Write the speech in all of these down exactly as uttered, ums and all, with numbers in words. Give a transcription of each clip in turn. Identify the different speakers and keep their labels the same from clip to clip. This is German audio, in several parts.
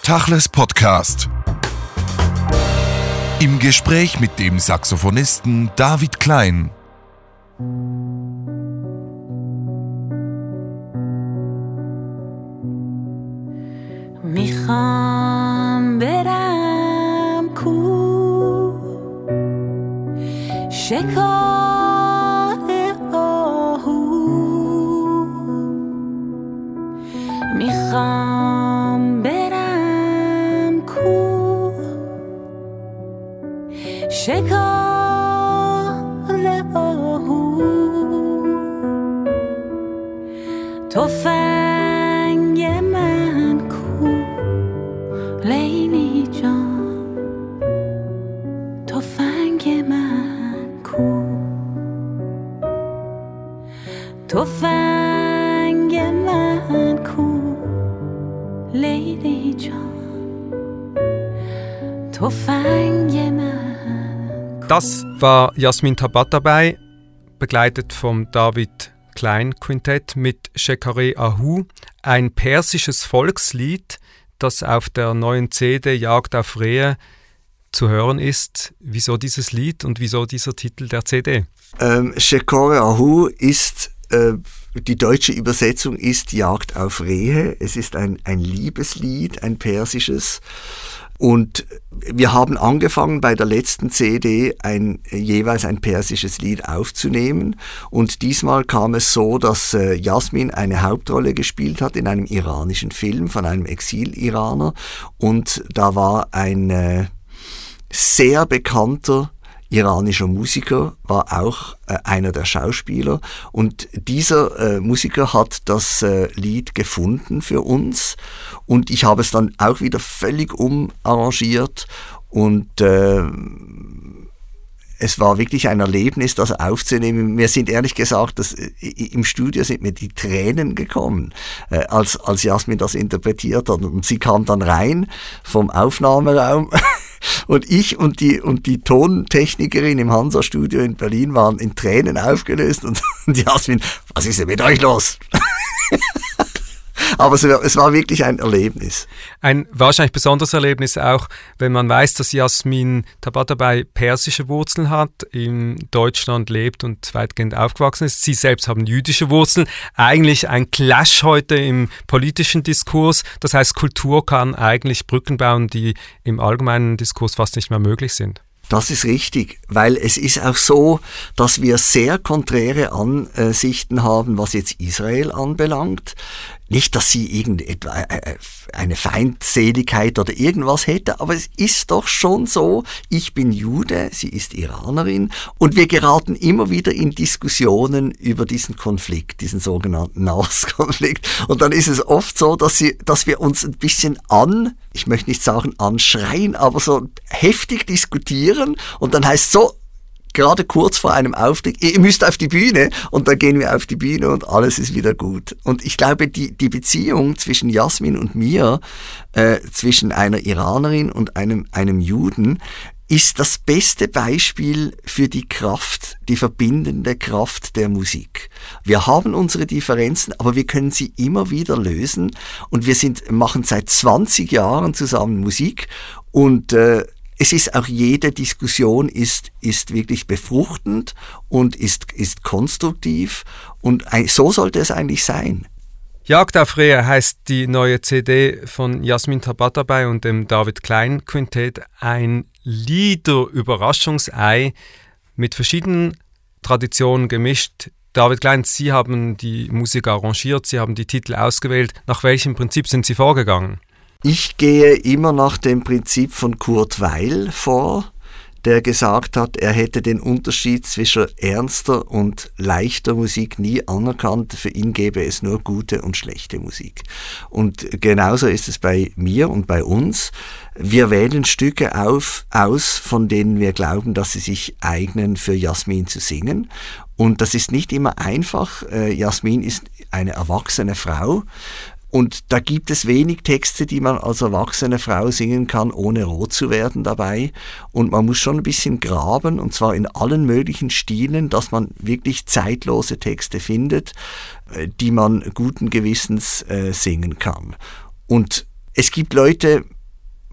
Speaker 1: Tachles Podcast. Im Gespräch mit dem Saxophonisten David Klein.
Speaker 2: میخوام برم کو شکار آهو میخوام برم کو شکار آهو تفنگ من کو لیلی جان تفنگ من کو تفنگ من کو لیلی جان تفنگ من.
Speaker 3: Das war Jasmin Tabatabai, begleitet vom David Klein Quintett mit Shekare Ahu, ein persisches Volkslied, das auf der neuen C D Jagd auf Rehe zu hören ist. Wieso dieses Lied und wieso dieser Titel der C D?
Speaker 4: Ähm, Shekare Ahu ist, äh, die deutsche Übersetzung ist Jagd auf Rehe. Es ist ein, ein Liebeslied, ein persisches. Und wir haben angefangen bei der letzten C D ein, jeweils ein persisches Lied aufzunehmen. Und diesmal kam es so, dass äh, Jasmin eine Hauptrolle gespielt hat in einem iranischen Film von einem Exil-Iraner. Und da war ein äh, sehr bekannter iranischer Musiker, war auch äh, einer der Schauspieler. Und dieser äh, Musiker hat das äh, Lied gefunden für uns. Und ich habe es dann auch wieder völlig umarrangiert. Und äh, es war wirklich ein Erlebnis, das aufzunehmen. Mir sind ehrlich gesagt, dass, äh, im Studio sind mir die Tränen gekommen, äh, als, als Jasmin das interpretiert hat. Und sie kam dann rein vom Aufnahmeraum. Und ich und die, und die Tontechnikerin im Hansa-Studio in Berlin waren in Tränen aufgelöst und, und Jasmin, was ist denn mit euch los? Aber es war, es war wirklich ein Erlebnis.
Speaker 3: Ein wahrscheinlich besonderes Erlebnis auch, wenn man weiß, dass Jasmin Tabatabai persische Wurzeln hat, in Deutschland lebt und weitgehend aufgewachsen ist. Sie selbst haben jüdische Wurzeln. Eigentlich ein Clash heute im politischen Diskurs. Das heißt, Kultur kann eigentlich Brücken bauen, die im allgemeinen Diskurs fast nicht mehr möglich sind.
Speaker 4: Das ist richtig, weil es ist auch so, dass wir sehr konträre Ansichten haben, was jetzt Israel anbelangt. Nicht, dass sie irgendetwa eine Feindseligkeit oder irgendwas hätte, aber es ist doch schon so, ich bin Jude, sie ist Iranerin und wir geraten immer wieder in Diskussionen über diesen Konflikt, diesen sogenannten Nahostkonflikt. Und dann ist es oft so, dass, sie, dass wir uns ein bisschen an, ich möchte nicht sagen anschreien, aber so heftig diskutieren und dann heißt es so, gerade kurz vor einem Auftritt, ihr müsst auf die Bühne und dann gehen wir auf die Bühne und alles ist wieder gut. Und ich glaube, die, die Beziehung zwischen Jasmin und mir, äh, zwischen einer Iranerin und einem, einem Juden, ist das beste Beispiel für die Kraft, die verbindende Kraft der Musik. Wir haben unsere Differenzen, aber wir können sie immer wieder lösen und wir sind, machen seit zwanzig Jahren zusammen Musik und äh, es ist auch jede Diskussion ist, ist wirklich befruchtend und ist, ist konstruktiv und so sollte es eigentlich sein.
Speaker 3: Jagd auf Rehe heißt die neue C D von Jasmin Tabatabai und dem David Klein Quintett, ein Lieder-Überraschungsei mit verschiedenen Traditionen gemischt. David Klein, Sie haben die Musik arrangiert, Sie haben die Titel ausgewählt. Nach welchem Prinzip sind Sie vorgegangen?
Speaker 4: Ich gehe immer nach dem Prinzip von Kurt Weill vor, der gesagt hat, er hätte den Unterschied zwischen ernster und leichter Musik nie anerkannt. Für ihn gäbe es nur gute und schlechte Musik. Und genauso ist es bei mir und bei uns. Wir wählen Stücke auf, aus, von denen wir glauben, dass sie sich eignen, für Jasmin zu singen. Und das ist nicht immer einfach. Äh, Jasmin ist eine erwachsene Frau. Und da gibt es wenig Texte, die man als erwachsene Frau singen kann, ohne rot zu werden dabei. Und man muss schon ein bisschen graben, und zwar in allen möglichen Stilen, dass man wirklich zeitlose Texte findet, die man guten Gewissens äh, singen kann. Und es gibt Leute,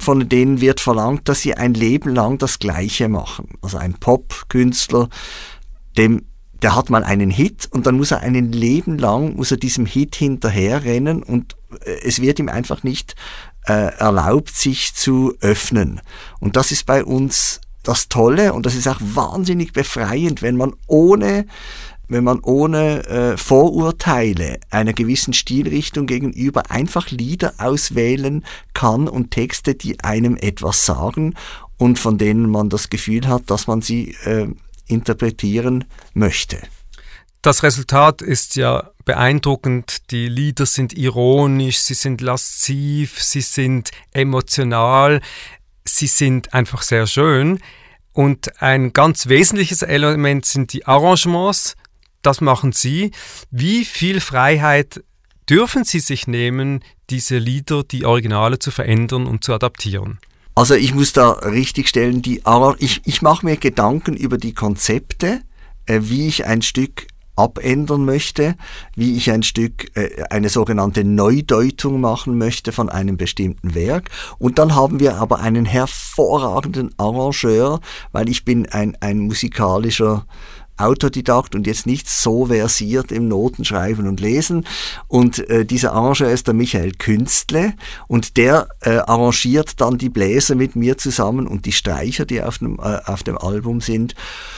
Speaker 4: von denen wird verlangt, dass sie ein Leben lang das Gleiche machen. Also ein Pop-Künstler, dem der hat mal einen Hit und dann muss er ein Leben lang, muss er diesem Hit hinterherrennen und es wird ihm einfach nicht äh, erlaubt, sich zu öffnen. Und das ist bei uns das Tolle und das ist auch wahnsinnig befreiend, wenn man ohne, wenn man ohne äh, Vorurteile einer gewissen Stilrichtung gegenüber einfach Lieder auswählen kann und Texte, die einem etwas sagen und von denen man das Gefühl hat, dass man sie äh, interpretieren möchte.
Speaker 3: Das Resultat ist ja beeindruckend. Die Lieder sind ironisch, sie sind lasziv, sie sind emotional, sie sind einfach sehr schön. Und ein ganz wesentliches Element sind die Arrangements. Das machen Sie. Wie viel Freiheit dürfen Sie sich nehmen, diese Lieder, die Originale zu verändern und zu adaptieren?
Speaker 4: Also ich muss da richtig stellen, die, ich, ich mache mir Gedanken über die Konzepte, äh, wie ich ein Stück abändern möchte, wie ich ein Stück, äh, eine sogenannte Neudeutung machen möchte von einem bestimmten Werk. Und dann haben wir aber einen hervorragenden Arrangeur, weil ich bin ein, ein musikalischer Autodidakt und jetzt nicht so versiert im Notenschreiben und Lesen. Und äh, dieser Arrangeur ist der Michael Künstle und der äh, arrangiert dann die Bläser mit mir zusammen und die Streicher, die auf dem, äh, auf dem Album sind.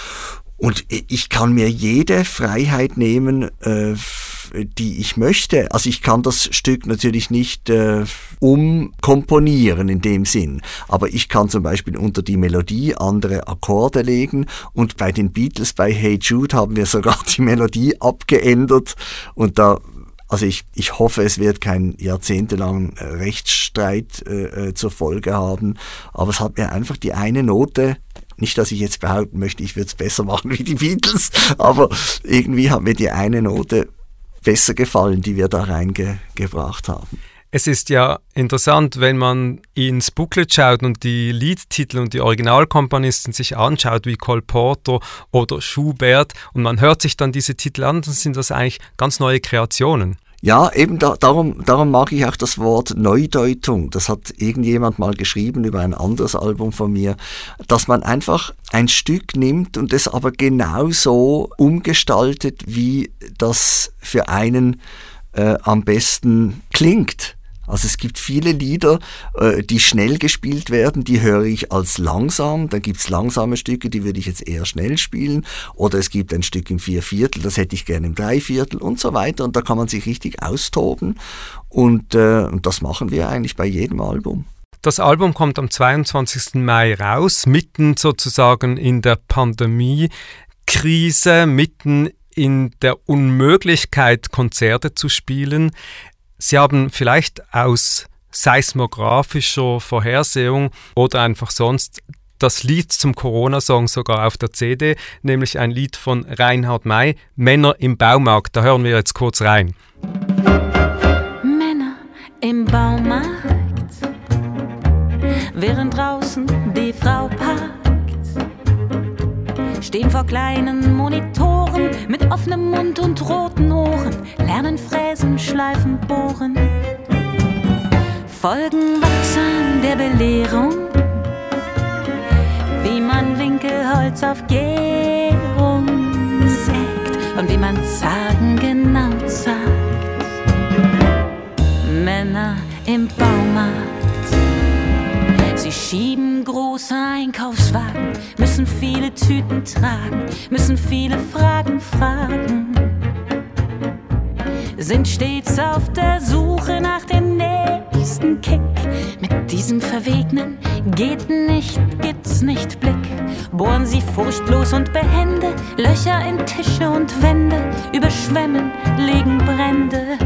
Speaker 4: Und ich kann mir jede Freiheit nehmen, äh, die ich möchte. Also ich kann das Stück natürlich nicht äh, umkomponieren in dem Sinn, aber ich kann zum Beispiel unter die Melodie andere Akkorde legen und bei den Beatles, bei Hey Jude, haben wir sogar die Melodie abgeändert und da Also ich, ich hoffe, es wird kein jahrzehntelangen Rechtsstreit äh, zur Folge haben, aber es hat mir einfach die eine Note, nicht, dass ich jetzt behaupten möchte, ich würde es besser machen wie die Beatles, aber irgendwie hat mir die eine Note besser gefallen, die wir da reingebracht haben.
Speaker 3: Es ist ja interessant, wenn man ins Booklet schaut und die Liedtitel und die Originalkomponisten sich anschaut, wie Cole Porter oder Schubert, und man hört sich dann diese Titel an, dann sind das eigentlich ganz neue Kreationen.
Speaker 4: Ja, eben da, darum, darum mag ich auch das Wort Neudeutung. Das hat irgendjemand mal geschrieben über ein anderes Album von mir, dass man einfach ein Stück nimmt und es aber genauso umgestaltet, wie das für einen äh, am besten klingt. Also es gibt viele Lieder, äh, die schnell gespielt werden, die höre ich als langsam. Dann gibt es langsame Stücke, die würde ich jetzt eher schnell spielen. Oder es gibt ein Stück im Vierviertel, das hätte ich gerne im Dreiviertel und so weiter. Und da kann man sich richtig austoben. Und, äh, und das machen wir eigentlich bei jedem Album.
Speaker 3: Das Album kommt am zweiundzwanzigsten Mai raus, mitten sozusagen in der Pandemie-Krise, mitten in der Unmöglichkeit, Konzerte zu spielen. Sie haben vielleicht aus seismografischer Vorhersehung oder einfach sonst das Lied zum Corona-Song sogar auf der C D, nämlich ein Lied von Reinhard May, Männer im Baumarkt. Da hören wir jetzt kurz rein.
Speaker 2: Männer im Baumarkt, während draußen die Frau parkt, stehen vor kleinen Monitoren mit offenem Mund und roten Ohren, lernen fräsen, schleifen, bohren, folgen wachsam der Belehrung, wie man Winkelholz auf Gärung sägt und wie man Zagen genau sagt. Männer im Baumarkt, sie schieben große Einkaufswagen, müssen viele Tüten tragen, müssen viele Fragen fragen, sind stets auf der Suche nach dem nächsten Kick. Mit diesem Verwegnen geht nicht, gibt's nicht Blick. Bohren sie furchtlos und behende Löcher in Tische und Wände, überschwemmen, legen Brände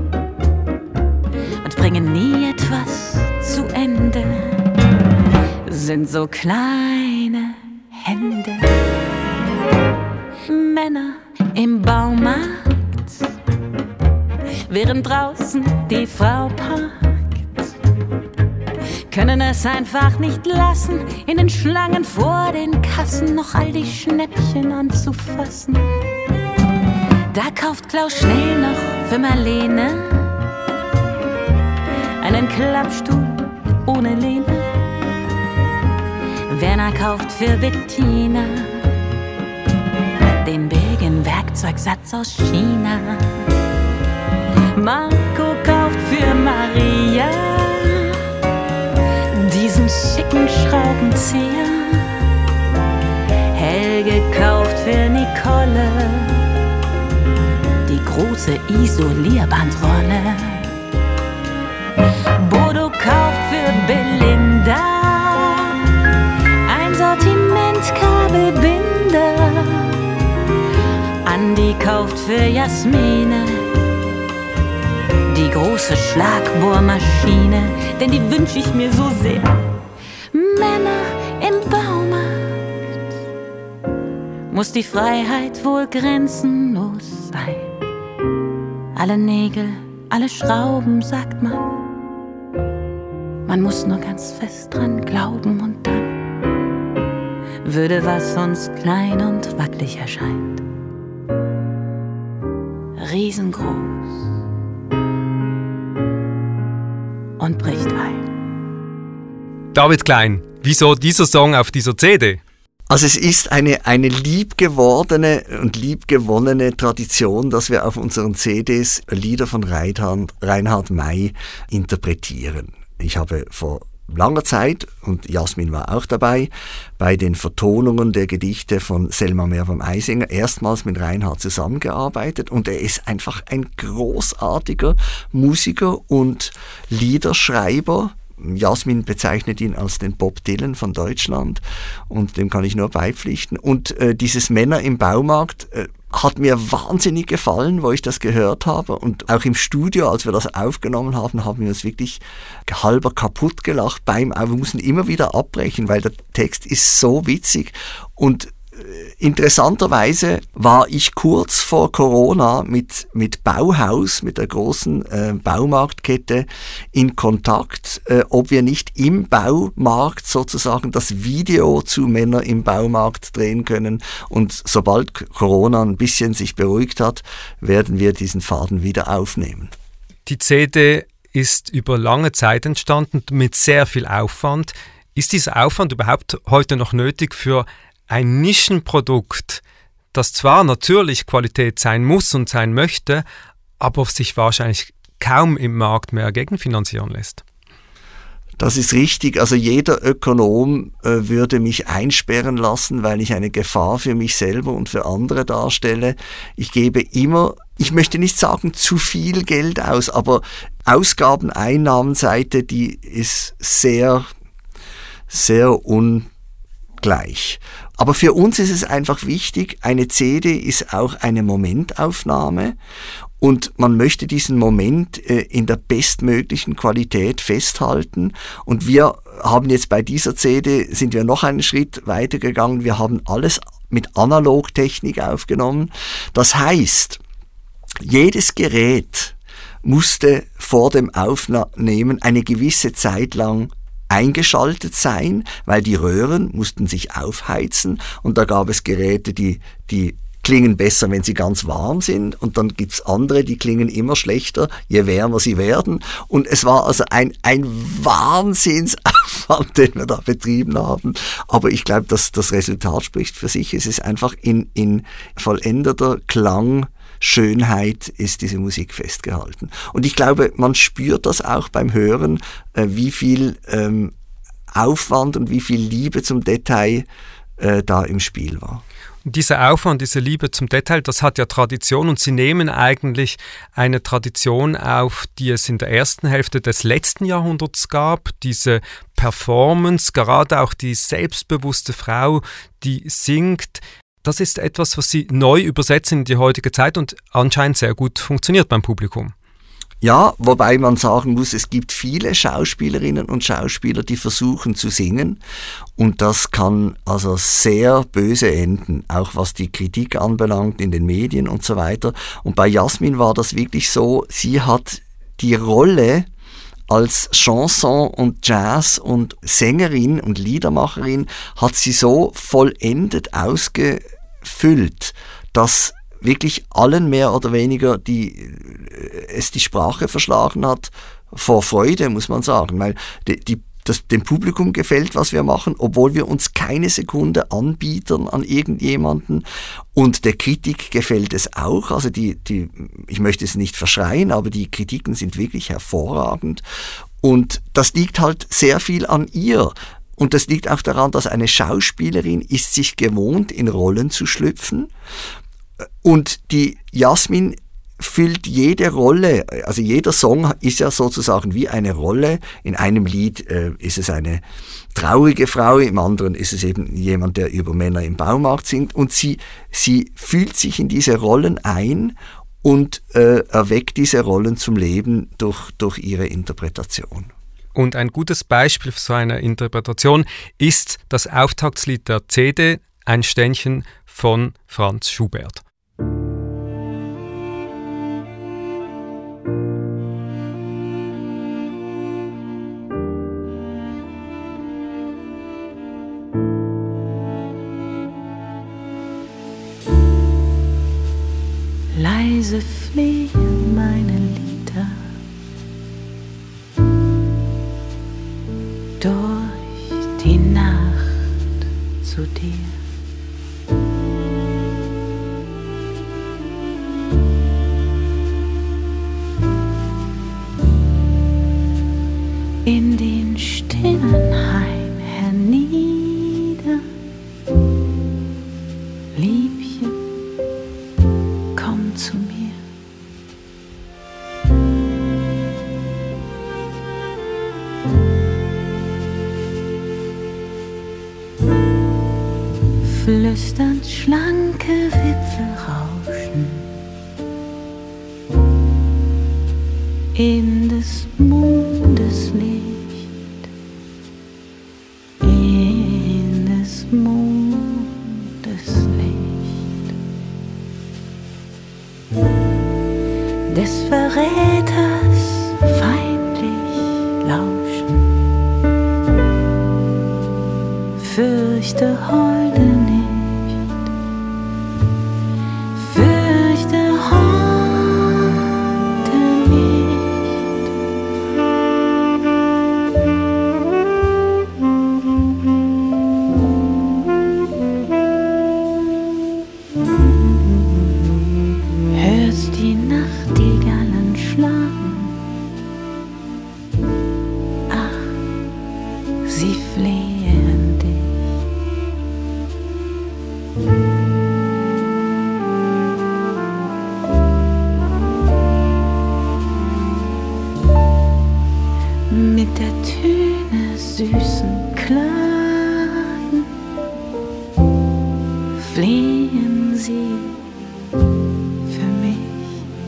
Speaker 2: und bringen nie etwas zu Ende. Sind so kleine Hände. Männer im Baumarkt, während draußen die Frau parkt, können es einfach nicht lassen, in den Schlangen vor den Kassen noch all die Schnäppchen anzufassen. Da kauft Klaus schnell noch für Marlene einen Klappstuhl ohne Lehne. Anna kauft für Bettina den billigen Werkzeugsatz aus China. Marco kauft für Maria diesen schicken Schraubenzieher. Helge kauft für Nicole die große Isolierbandrolle. Bodo kauft für Belinda ein Sortiment Kabelbinder. Andi kauft für Jasmine die große Schlagbohrmaschine, denn die wünsch ich mir so sehr. Männer im Baumarkt, muss die Freiheit wohl grenzenlos sein. Alle Nägel, alle Schrauben, sagt man. Man muss nur ganz fest dran glauben und dann würde, was uns klein und wackelig erscheint, riesengroß und bricht ein.
Speaker 3: David Klein, wieso dieser Song auf dieser C D?
Speaker 4: Also es ist eine, eine liebgewordene und liebgewonnene Tradition, dass wir auf unseren C Ds Lieder von Reinhard, Reinhard May interpretieren. Ich habe vor langer Zeit, und Jasmin war auch dabei, bei den Vertonungen der Gedichte von Selma Meerbaum-Eisinger erstmals mit Reinhard zusammengearbeitet, und er ist einfach ein großartiger Musiker und Liederschreiber. Jasmin bezeichnet ihn als den Bob Dylan von Deutschland, und dem kann ich nur beipflichten. Und äh, dieses Männer im Baumarkt äh, hat mir wahnsinnig gefallen, wo ich das gehört habe, und auch im Studio, als wir das aufgenommen haben, haben wir uns wirklich halber kaputt gelacht beim, wir mussten immer wieder abbrechen, weil der Text ist so witzig. Und interessanterweise war ich kurz vor Corona mit, mit Bauhaus, mit der großen äh, Baumarktkette in Kontakt, äh, ob wir nicht im Baumarkt sozusagen das Video zu Männer im Baumarkt drehen können. Und sobald Corona ein bisschen sich beruhigt hat, werden wir diesen Faden wieder aufnehmen.
Speaker 3: Die C D ist über lange Zeit entstanden, mit sehr viel Aufwand. Ist dieser Aufwand überhaupt heute noch nötig für ein Nischenprodukt, das zwar natürlich Qualität sein muss und sein möchte, aber sich wahrscheinlich kaum im Markt mehr gegenfinanzieren lässt?
Speaker 4: Das ist richtig. Also jeder Ökonom äh, würde mich einsperren lassen, weil ich eine Gefahr für mich selber und für andere darstelle. Ich gebe immer, ich möchte nicht sagen zu viel Geld aus, aber Ausgaben-Einnahmenseite, die ist sehr, sehr ungleich. Aber für uns ist es einfach wichtig, eine C D ist auch eine Momentaufnahme, und man möchte diesen Moment äh, in der bestmöglichen Qualität festhalten. Und wir haben jetzt bei dieser C D, sind wir noch einen Schritt weiter gegangen, wir haben alles mit Analogtechnik aufgenommen. Das heißt, jedes Gerät musste vor dem Aufnehmen eine gewisse Zeit lang eingeschaltet sein, weil die Röhren mussten sich aufheizen, und da gab es Geräte, die, die klingen besser, wenn sie ganz warm sind, und dann gibt's andere, die klingen immer schlechter, je wärmer sie werden. Und es war also ein, ein Wahnsinnsaufwand, den wir da betrieben haben. Aber ich glaube, dass das Resultat spricht für sich. Es ist einfach in, in vollendeter Klang Schönheit ist diese Musik festgehalten. Und ich glaube, man spürt das auch beim Hören, äh, wie viel ähm, Aufwand und wie viel Liebe zum Detail äh, da im Spiel war.
Speaker 3: Und dieser Aufwand, diese Liebe zum Detail, das hat ja Tradition, und Sie nehmen eigentlich eine Tradition auf, die es in der ersten Hälfte des letzten Jahrhunderts gab, diese Performance, gerade auch die selbstbewusste Frau, die singt. Das ist etwas, was Sie neu übersetzen in die heutige Zeit und anscheinend sehr gut funktioniert beim Publikum.
Speaker 4: Ja, wobei man sagen muss, es gibt viele Schauspielerinnen und Schauspieler, die versuchen zu singen, und das kann also sehr böse enden, auch was die Kritik anbelangt in den Medien und so weiter. Und bei Jasmin war das wirklich so, sie hat die Rolle als Chanson- und Jazz- und Sängerin und Liedermacherin hat sie so vollendet ausgefüllt, dass wirklich allen mehr oder weniger die, es die Sprache verschlagen hat, vor Freude, muss man sagen. Weil die, die, das dem Publikum gefällt, was wir machen, obwohl wir uns keine Sekunde anbieten an irgendjemanden. Und der Kritik gefällt es auch. Also die, die, ich möchte es nicht verschreien, aber die Kritiken sind wirklich hervorragend. Und das liegt halt sehr viel an ihr. Und das liegt auch daran, dass eine Schauspielerin ist sich gewohnt, in Rollen zu schlüpfen. Und die Jasmin füllt jede Rolle, also jeder Song ist ja sozusagen wie eine Rolle. In einem Lied äh, ist es eine traurige Frau, im anderen ist es eben jemand, der über Männer im Baumarkt singt. Und sie, sie fühlt sich in diese Rollen ein und äh, erweckt diese Rollen zum Leben durch, durch ihre Interpretation.
Speaker 3: Und ein gutes Beispiel für so eine Interpretation ist das Auftaktslied der C D, Ein Ständchen von Franz Schubert.
Speaker 2: Leise fliehen meine Lieder durch die Nacht zu dir. In den stillen Hain hernieder, Liebchen, komm zu mir. Flüsternd schlanke Wipfel rauschen in des Mondes Licht, in des Mondes Licht, des Verräters feindlich lauschen. Fürchte Holde nicht, fürchte Holde nicht. Hörst die Nachtigallen schlagen, ach, sie flehen dich. Mit der Töne süßen Klagen flehen sie für mich.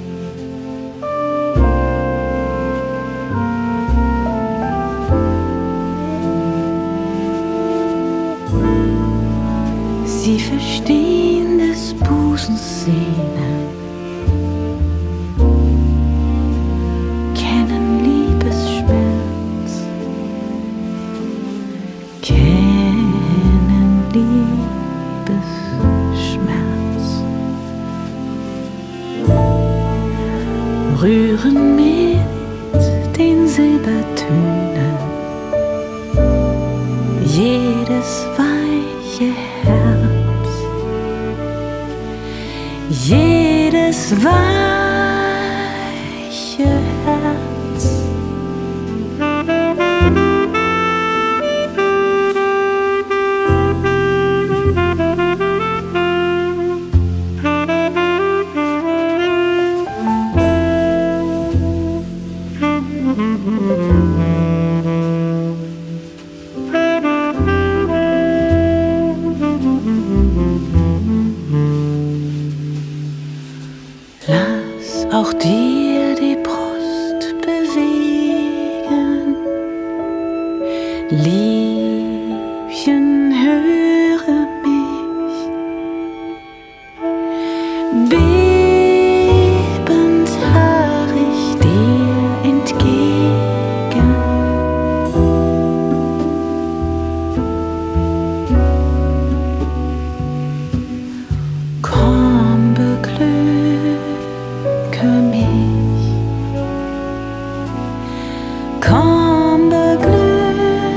Speaker 2: Sie verstehen des Busens Sehnen, kennen Liebesschmerz, kennen Liebesschmerz, rühren mit den Silbertönen jedes weiche Herz, jedes weiche Herz. Lass auch dir die Brust bewegen, Liebchen, höre mich, bebend harr ich dir entgegen. Komm, beglücke mich, komm, beglücke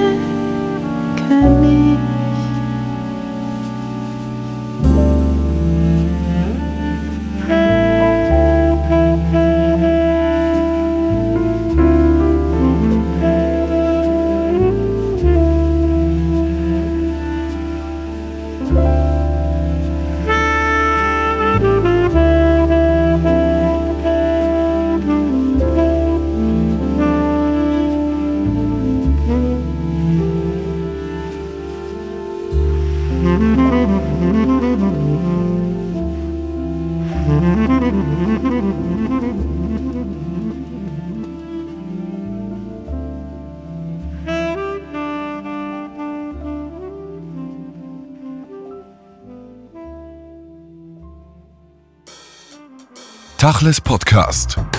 Speaker 1: Tacheles Podcast.